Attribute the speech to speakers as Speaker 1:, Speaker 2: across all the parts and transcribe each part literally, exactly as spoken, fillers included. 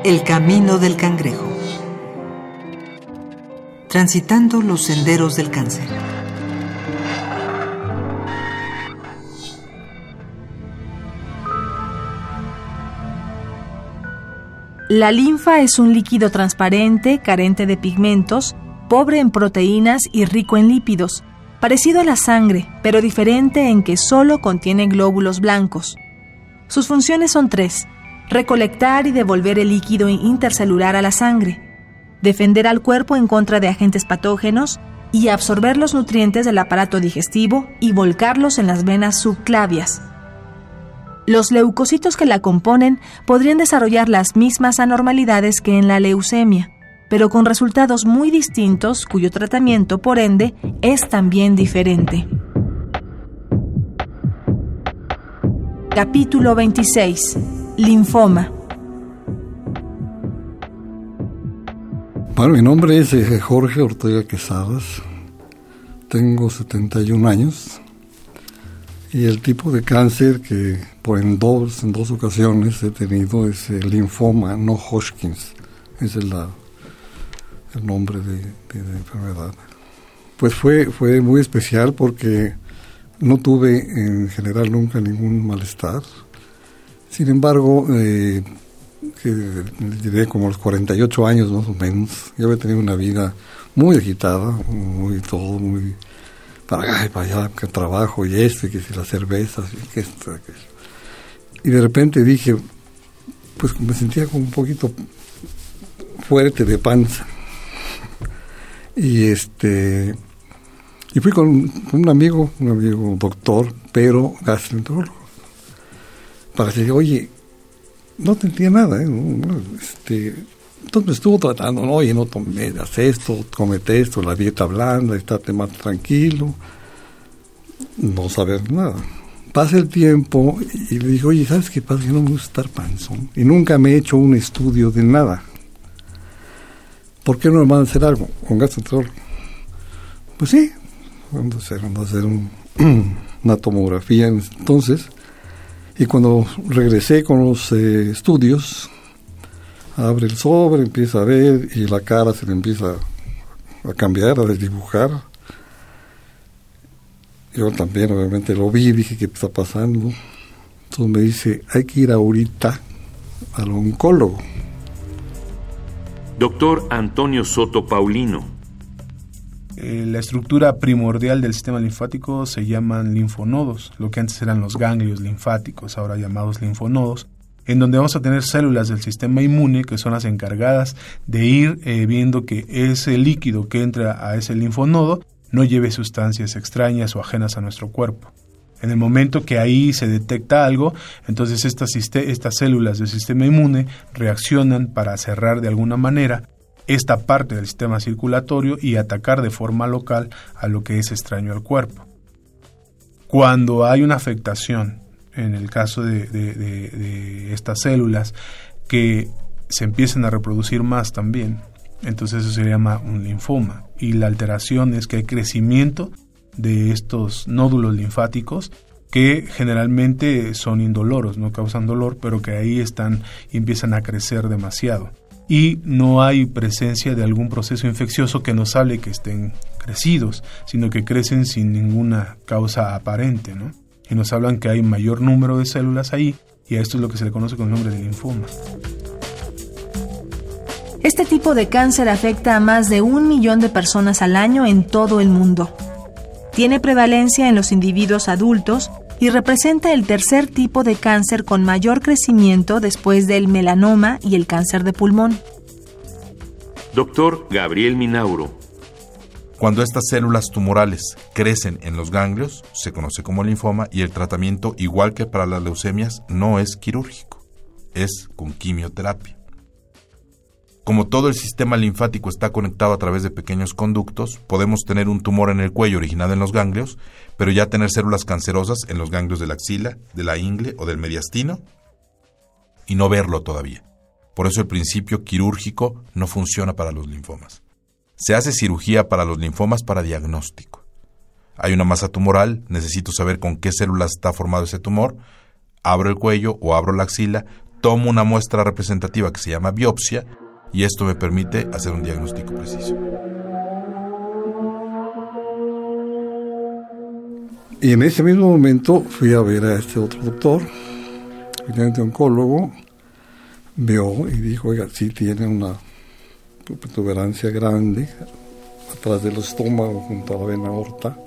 Speaker 1: El camino del cangrejo. Transitando los senderos del cáncer.
Speaker 2: La linfa es un líquido transparente, carente de pigmentos, pobre en proteínas y rico en lípidos, parecido a la sangre, pero diferente en que solo contiene glóbulos blancos. Sus funciones son tres: recolectar y devolver el líquido intercelular a la sangre, defender al cuerpo en contra de agentes patógenos y absorber los nutrientes del aparato digestivo y volcarlos en las venas subclavias. Los leucocitos que la componen podrían desarrollar las mismas anormalidades que en la leucemia, pero con resultados muy distintos, cuyo tratamiento, por ende, es también diferente. Capítulo veintiséis. Linfoma.
Speaker 3: Bueno, mi nombre es Jorge Ortega Quesadas, tengo setenta y un años y el tipo de cáncer que por en dos, en dos ocasiones he tenido es el linfoma no Hodgkins, ese es la, el nombre de, de la enfermedad. Pues fue, fue muy especial porque no tuve en general nunca ningún malestar. Sin embargo, eh, que diré como a los cuarenta y ocho años más o menos, yo había tenido una vida muy agitada, muy todo, muy para acá y para allá, que trabajo y esto, y que si las cervezas, y que esto, que eso. Y de repente dije, pues me sentía como un poquito fuerte de panza. Y este y fui con, con un amigo, un amigo doctor, pero gastroenterólogo, para decir, oye, no te entiendo nada, ¿eh? Este, entonces me estuvo tratando, no, oye, no tomes, haz esto, comete esto, la dieta blanda, estate más tranquilo, no saber nada. Pasa el tiempo y le digo, oye, ¿sabes qué pasa? Yo no me gusta estar panzón y nunca me he hecho un estudio de nada. ¿Por qué no me van a hacer algo? ¿Con gastroenterólogo? Pues sí, vamos a hacer, vamos a hacer un, una tomografía entonces. Y cuando regresé con los eh, estudios, abre el sobre, empieza a ver y la cara se le empieza a cambiar, a desdibujar. Yo también obviamente lo vi, dije, ¿qué está pasando? Entonces me dice, hay que ir ahorita al oncólogo.
Speaker 4: Doctor Antonio Soto Paulino.
Speaker 5: Eh, la estructura primordial del sistema linfático se llaman linfonodos, lo que antes eran los ganglios linfáticos, ahora llamados linfonodos, en donde vamos a tener células del sistema inmune que son las encargadas de ir eh, viendo que ese líquido que entra a ese linfonodo no lleve sustancias extrañas o ajenas a nuestro cuerpo. En el momento que ahí se detecta algo, entonces estas, estas células del sistema inmune reaccionan para cerrar de alguna manera esta parte del sistema circulatorio y atacar de forma local a lo que es extraño al cuerpo. Cuando hay una afectación, en el caso de, de, de, de estas células, que se empiezan a reproducir más también, entonces eso se llama un linfoma. Y la alteración es que hay crecimiento de estos nódulos linfáticos que generalmente son indoloros, no causan dolor, pero que ahí están y empiezan a crecer demasiado. Y no hay presencia de algún proceso infeccioso que nos hable que estén crecidos, sino que crecen sin ninguna causa aparente, ¿no? Y nos hablan que hay mayor número de células ahí, y a esto es lo que se le conoce con el nombre de linfoma.
Speaker 2: Este tipo de cáncer afecta a más de un millón de personas al año en todo el mundo. Tiene prevalencia en los individuos adultos y representa el tercer tipo de cáncer con mayor crecimiento después del melanoma y el cáncer de pulmón.
Speaker 4: Doctor Gabriel Minauro.
Speaker 6: Cuando estas células tumorales crecen en los ganglios, se conoce como linfoma, y el tratamiento, igual que para las leucemias, no es quirúrgico, es con quimioterapia. Como todo el sistema linfático está conectado a través de pequeños conductos, podemos tener un tumor en el cuello originado en los ganglios, pero ya tener células cancerosas en los ganglios de la axila, de la ingle o del mediastino, y no verlo todavía. Por eso el principio quirúrgico no funciona para los linfomas. Se hace cirugía para los linfomas para diagnóstico. Hay una masa tumoral, necesito saber con qué células está formado ese tumor, abro el cuello o abro la axila, tomo una muestra representativa que se llama biopsia y esto me permite hacer un diagnóstico preciso.
Speaker 3: Y en ese mismo momento fui a ver a este otro doctor, finalmente oncólogo, vio y dijo, oiga, sí tiene una protuberancia grande atrás del estómago junto a la vena aorta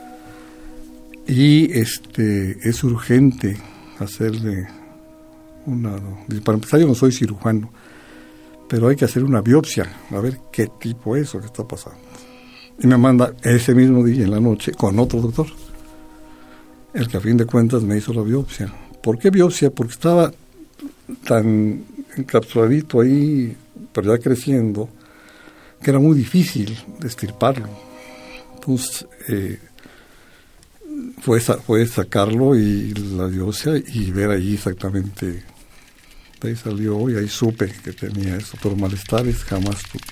Speaker 3: y este es urgente hacerle una... Para empezar, yo no soy cirujano, pero hay que hacer una biopsia, a ver qué tipo es o qué está pasando. Y me manda ese mismo día en la noche con otro doctor, el que a fin de cuentas me hizo la biopsia. ¿Por qué biopsia? Porque estaba tan encapsuladito ahí, pero ya creciendo, que era muy difícil de extirparlo. Entonces, eh, fue, fue sacarlo y la biopsia y ver ahí exactamente, de ahí salió y ahí supe que tenía eso, pero malestares jamás tuve.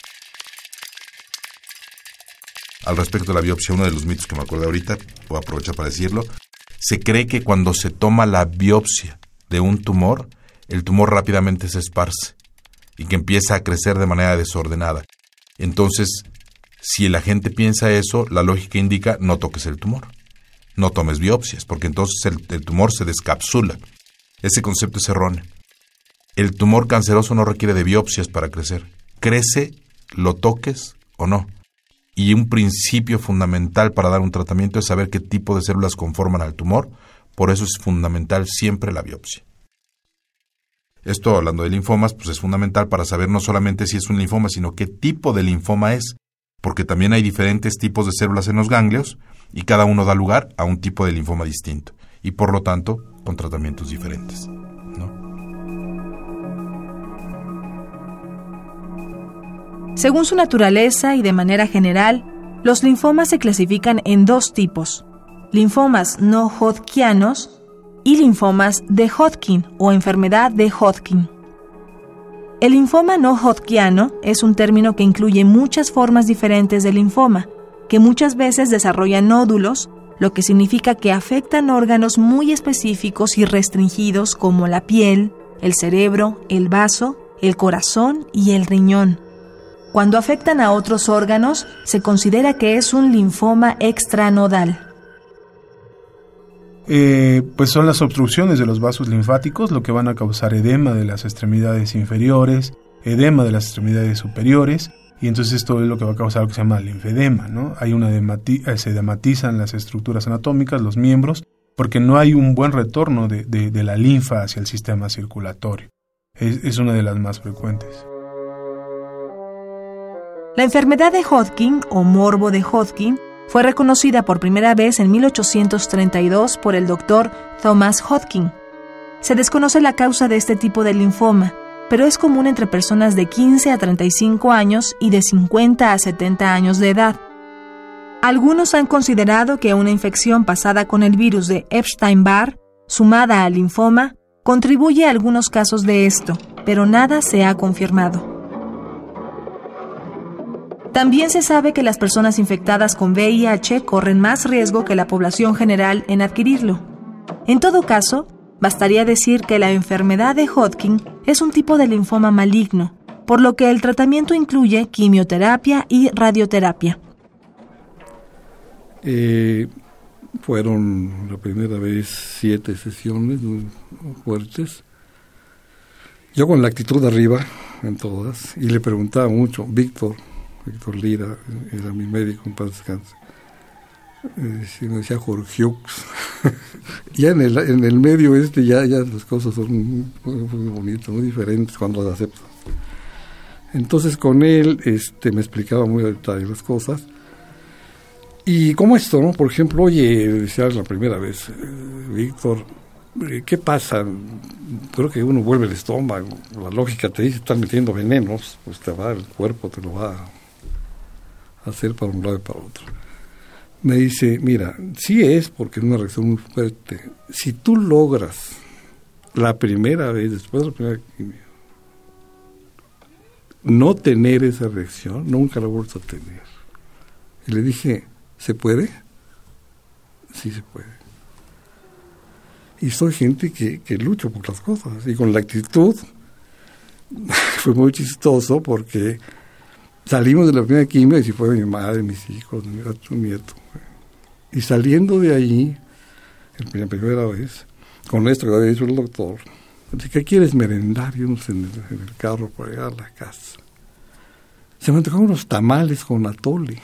Speaker 6: Al respecto de la biopsia, uno de los mitos que me acuerdo ahorita, voy a aprovechar para decirlo, se cree que cuando se toma la biopsia de un tumor, el tumor rápidamente se esparce y que empieza a crecer de manera desordenada. Entonces, si la gente piensa eso, la lógica indica no toques el tumor, no tomes biopsias, porque entonces el, el tumor se descapsula. Ese concepto es erróneo. El tumor canceroso no requiere de biopsias para crecer. Crece, lo toques o no. Y un principio fundamental para dar un tratamiento es saber qué tipo de células conforman al tumor, por eso es fundamental siempre la biopsia. Esto, hablando de linfomas, pues es fundamental para saber no solamente si es un linfoma, sino qué tipo de linfoma es, porque también hay diferentes tipos de células en los ganglios y cada uno da lugar a un tipo de linfoma distinto y por lo tanto con tratamientos diferentes, ¿no?
Speaker 2: Según su naturaleza y de manera general, los linfomas se clasifican en dos tipos: linfomas no Hodgkianos y linfomas de Hodgkin o enfermedad de Hodgkin. El linfoma no Hodgkiano es un término que incluye muchas formas diferentes de linfoma, que muchas veces desarrollan nódulos, lo que significa que afectan órganos muy específicos y restringidos como la piel, el cerebro, el vaso, el corazón y el riñón. Cuando afectan a otros órganos, se considera que es un linfoma extranodal.
Speaker 5: Eh, pues son las obstrucciones de los vasos linfáticos lo que van a causar edema de las extremidades inferiores, edema de las extremidades superiores, y entonces esto es lo que va a causar lo que se llama linfedema, ¿no? Hay una edemati- se edematizan las estructuras anatómicas, los miembros, porque no hay un buen retorno de, de, de la linfa hacia el sistema circulatorio. Es, es una de las más frecuentes.
Speaker 2: La enfermedad de Hodgkin o morbo de Hodgkin fue reconocida por primera vez en mil ochocientos treinta y dos por el doctor Thomas Hodgkin. Se desconoce la causa de este tipo de linfoma, pero es común entre personas de quince a treinta y cinco años y de cincuenta a setenta años de edad. Algunos han considerado que una infección pasada con el virus de Epstein-Barr, sumada al linfoma, contribuye a algunos casos de esto, pero nada se ha confirmado. También se sabe que las personas infectadas con V I H corren más riesgo que la población general en adquirirlo. En todo caso, bastaría decir que la enfermedad de Hodgkin es un tipo de linfoma maligno, por lo que el tratamiento incluye quimioterapia y radioterapia.
Speaker 3: Eh, fueron la primera vez siete sesiones muy fuertes. Yo con la actitud de arriba en todas, y le preguntaba mucho, Víctor, Víctor Lira, era mi médico en paz descanse, eh, me decía Jorge Hux. Ya en el, en el medio este ya, ya las cosas son muy, muy bonitas, muy diferentes cuando las aceptas. Entonces con él este, me explicaba muy a detalle las cosas. Y como esto, ¿no? Por ejemplo, oye, decía la primera vez, eh, Víctor, ¿qué pasa? Creo que uno vuelve el estómago, la lógica te dice, están metiendo venenos, pues te va, el cuerpo te lo va a hacer para un lado y para otro. Me dice, mira, sí es porque es una reacción muy fuerte. Si tú logras la primera vez, después de la primera quimio, no tener esa reacción, nunca la vuelves a tener. Y le dije, ¿se puede? Sí se puede. y soy gente que, que lucha por las cosas. Y con la actitud fue muy chistoso porque salimos de la primera quimio y si fue mi madre, mis hijos, mi otro nieto. Y saliendo de ahí, la primera vez, con esto que había dicho el doctor, dije, ¿qué quieres merendar? Y unos en el, en el carro para llegar a la casa. Se me antojaron unos tamales con atole.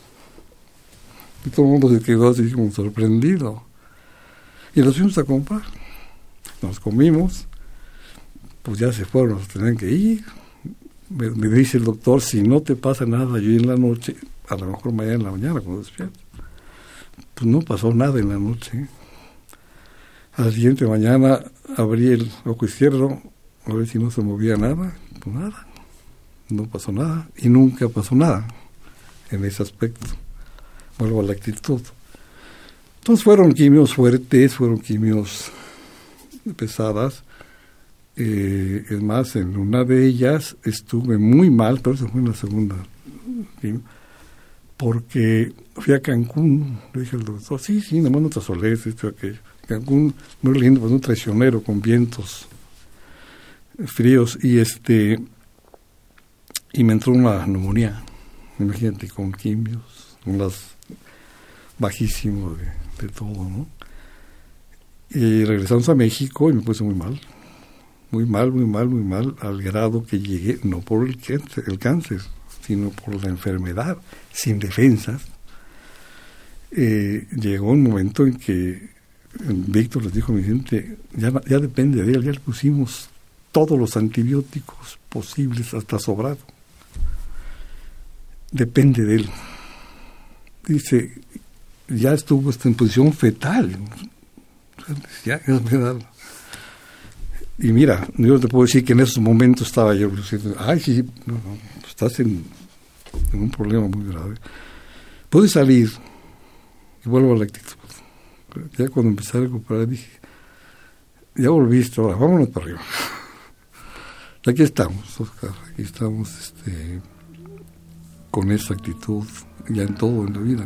Speaker 3: Y todo el mundo se quedó así como sorprendido. Y los fuimos a comprar. Nos comimos. Pues ya se fueron, nos tenían que ir. Me, me dice el doctor, si no te pasa nada yo en la noche, a lo mejor mañana en la mañana cuando despierto. Pues no pasó nada en la noche. A la siguiente mañana abrí el ojo izquierdo, a ver si no se movía nada. Pues nada, no pasó nada y nunca pasó nada en ese aspecto. Vuelvo a la actitud. Entonces fueron quimios fuertes, fueron quimios pesadas. Eh, es más, en una de ellas estuve muy mal, pero eso fue en la segunda quimio, porque fui a Cancún. Le dije al doctor, sí, sí, nomás no te asoles, esto y aquello. Cancún, muy lindo, pues un traicionero con vientos fríos, y este y me entró una neumonía, imagínate, con quimios, con las bajísimo de, de todo, ¿no? Y regresamos a México y me puse muy mal, muy mal, muy mal, muy mal, al grado que llegué, no por el cáncer, el cáncer sino por la enfermedad, sin defensas. Eh, llegó un momento en que Víctor les dijo a mi gente, ya, ya depende de él, ya le pusimos todos los antibióticos posibles, hasta sobrado. Depende de él. Dice, ya estuvo hasta en posición fetal. Ya, ya me da. Y mira, yo te puedo decir que en esos momentos estaba yo diciendo, ay, sí, no, no, estás en, en un problema muy grave. Puedes salir, y vuelvo a la actitud. Ya cuando empecé a recuperar dije, ya volviste, ahora vámonos para arriba. Aquí estamos, Oscar, aquí estamos este, con esa actitud ya en todo en la vida.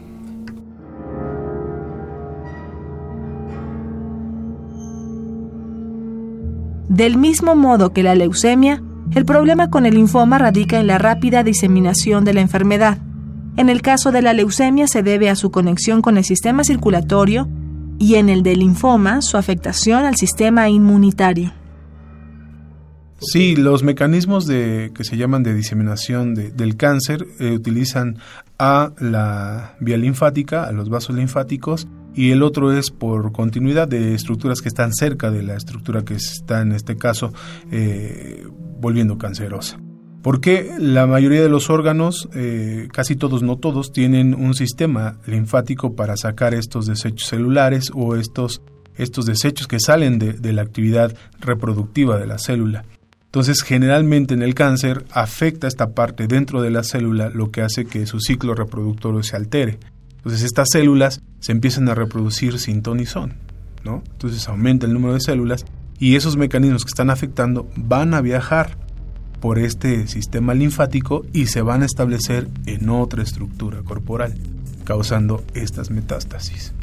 Speaker 2: Del mismo modo que la leucemia, el problema con el linfoma radica en la rápida diseminación de la enfermedad. En el caso de la leucemia se debe a su conexión con el sistema circulatorio y en el del linfoma su afectación al sistema inmunitario.
Speaker 5: Sí, los mecanismos de que se llaman de diseminación de, del cáncer eh, utilizan a la vía linfática, a los vasos linfáticos, y el otro es por continuidad de estructuras que están cerca de la estructura que está en este caso eh, volviendo cancerosa. Porque la mayoría de los órganos, eh, casi todos, no todos, tienen un sistema linfático para sacar estos desechos celulares o estos, estos desechos que salen de, de la actividad reproductiva de la célula. Entonces, generalmente en el cáncer afecta esta parte dentro de la célula, lo que hace que su ciclo reproductor se altere. Entonces, estas células se empiezan a reproducir sin ton ni son, ¿no? Entonces, aumenta el número de células y esos mecanismos que están afectando van a viajar por este sistema linfático y se van a establecer en otra estructura corporal, causando estas metástasis.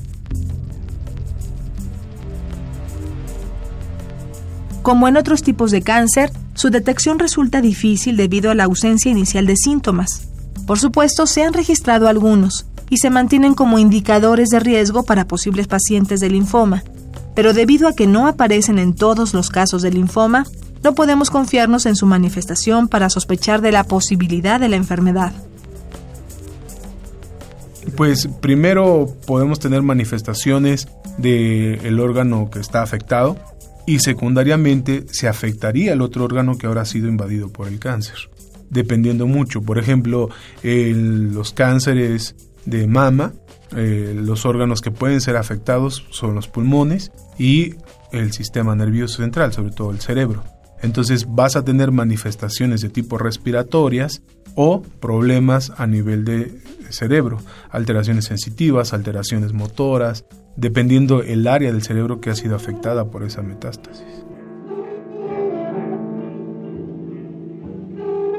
Speaker 2: Como en otros tipos de cáncer, su detección resulta difícil debido a la ausencia inicial de síntomas. Por supuesto, se han registrado algunos y se mantienen como indicadores de riesgo para posibles pacientes de linfoma, pero debido a que no aparecen en todos los casos de linfoma, no podemos confiarnos en su manifestación para sospechar de la posibilidad de la enfermedad.
Speaker 5: Pues primero podemos tener manifestaciones del órgano que está afectado y secundariamente se afectaría el otro órgano que ahora ha sido invadido por el cáncer, dependiendo mucho. Por ejemplo, en los cánceres de mama, eh, los órganos que pueden ser afectados son los pulmones y el sistema nervioso central, sobre todo el cerebro. Entonces vas a tener manifestaciones de tipo respiratorias o problemas a nivel de cerebro, alteraciones sensitivas, alteraciones motoras, dependiendo el área del cerebro que ha sido afectada por esa metástasis.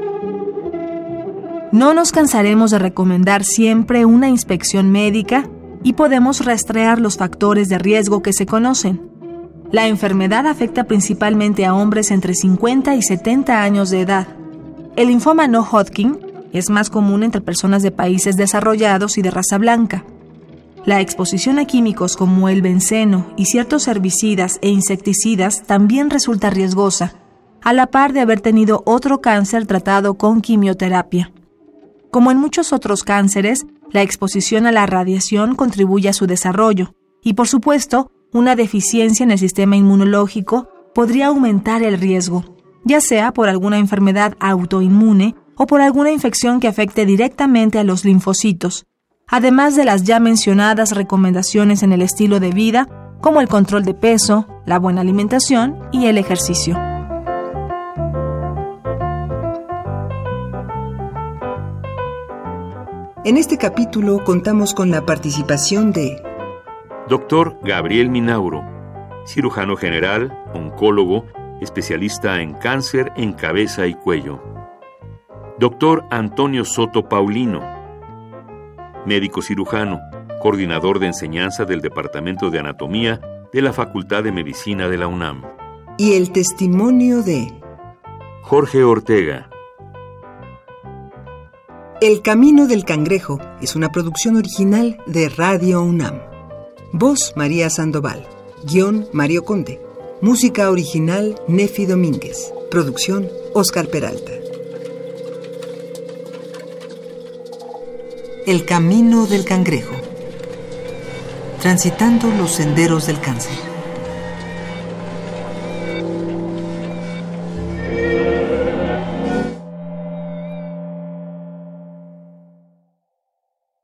Speaker 2: No nos cansaremos de recomendar siempre una inspección médica y podemos rastrear los factores de riesgo que se conocen. La enfermedad afecta principalmente a hombres entre cincuenta y setenta años de edad. El linfoma no Hodgkin es más común entre personas de países desarrollados y de raza blanca. La exposición a químicos como el benceno y ciertos herbicidas e insecticidas también resulta riesgosa, a la par de haber tenido otro cáncer tratado con quimioterapia. Como en muchos otros cánceres, la exposición a la radiación contribuye a su desarrollo y, por supuesto, una deficiencia en el sistema inmunológico podría aumentar el riesgo, ya sea por alguna enfermedad autoinmune o por alguna infección que afecte directamente a los linfocitos, además de las ya mencionadas recomendaciones en el estilo de vida, como el control de peso, la buena alimentación y el ejercicio.
Speaker 1: En este capítulo contamos con la participación de
Speaker 4: Doctor Gabriel Minauro, cirujano general, oncólogo, especialista en cáncer en cabeza y cuello. Doctor Antonio Soto Paulino, médico cirujano, coordinador de enseñanza del Departamento de Anatomía de la Facultad de Medicina de la UNAM.
Speaker 1: Y el testimonio de
Speaker 4: Jorge Ortega.
Speaker 1: El Camino del Cangrejo es una producción original de Radio UNAM. Voz María Sandoval. Guión Mario Conde. Música original Nefi Domínguez. Producción Óscar Peralta. El Camino del Cangrejo. Transitando los senderos del cáncer.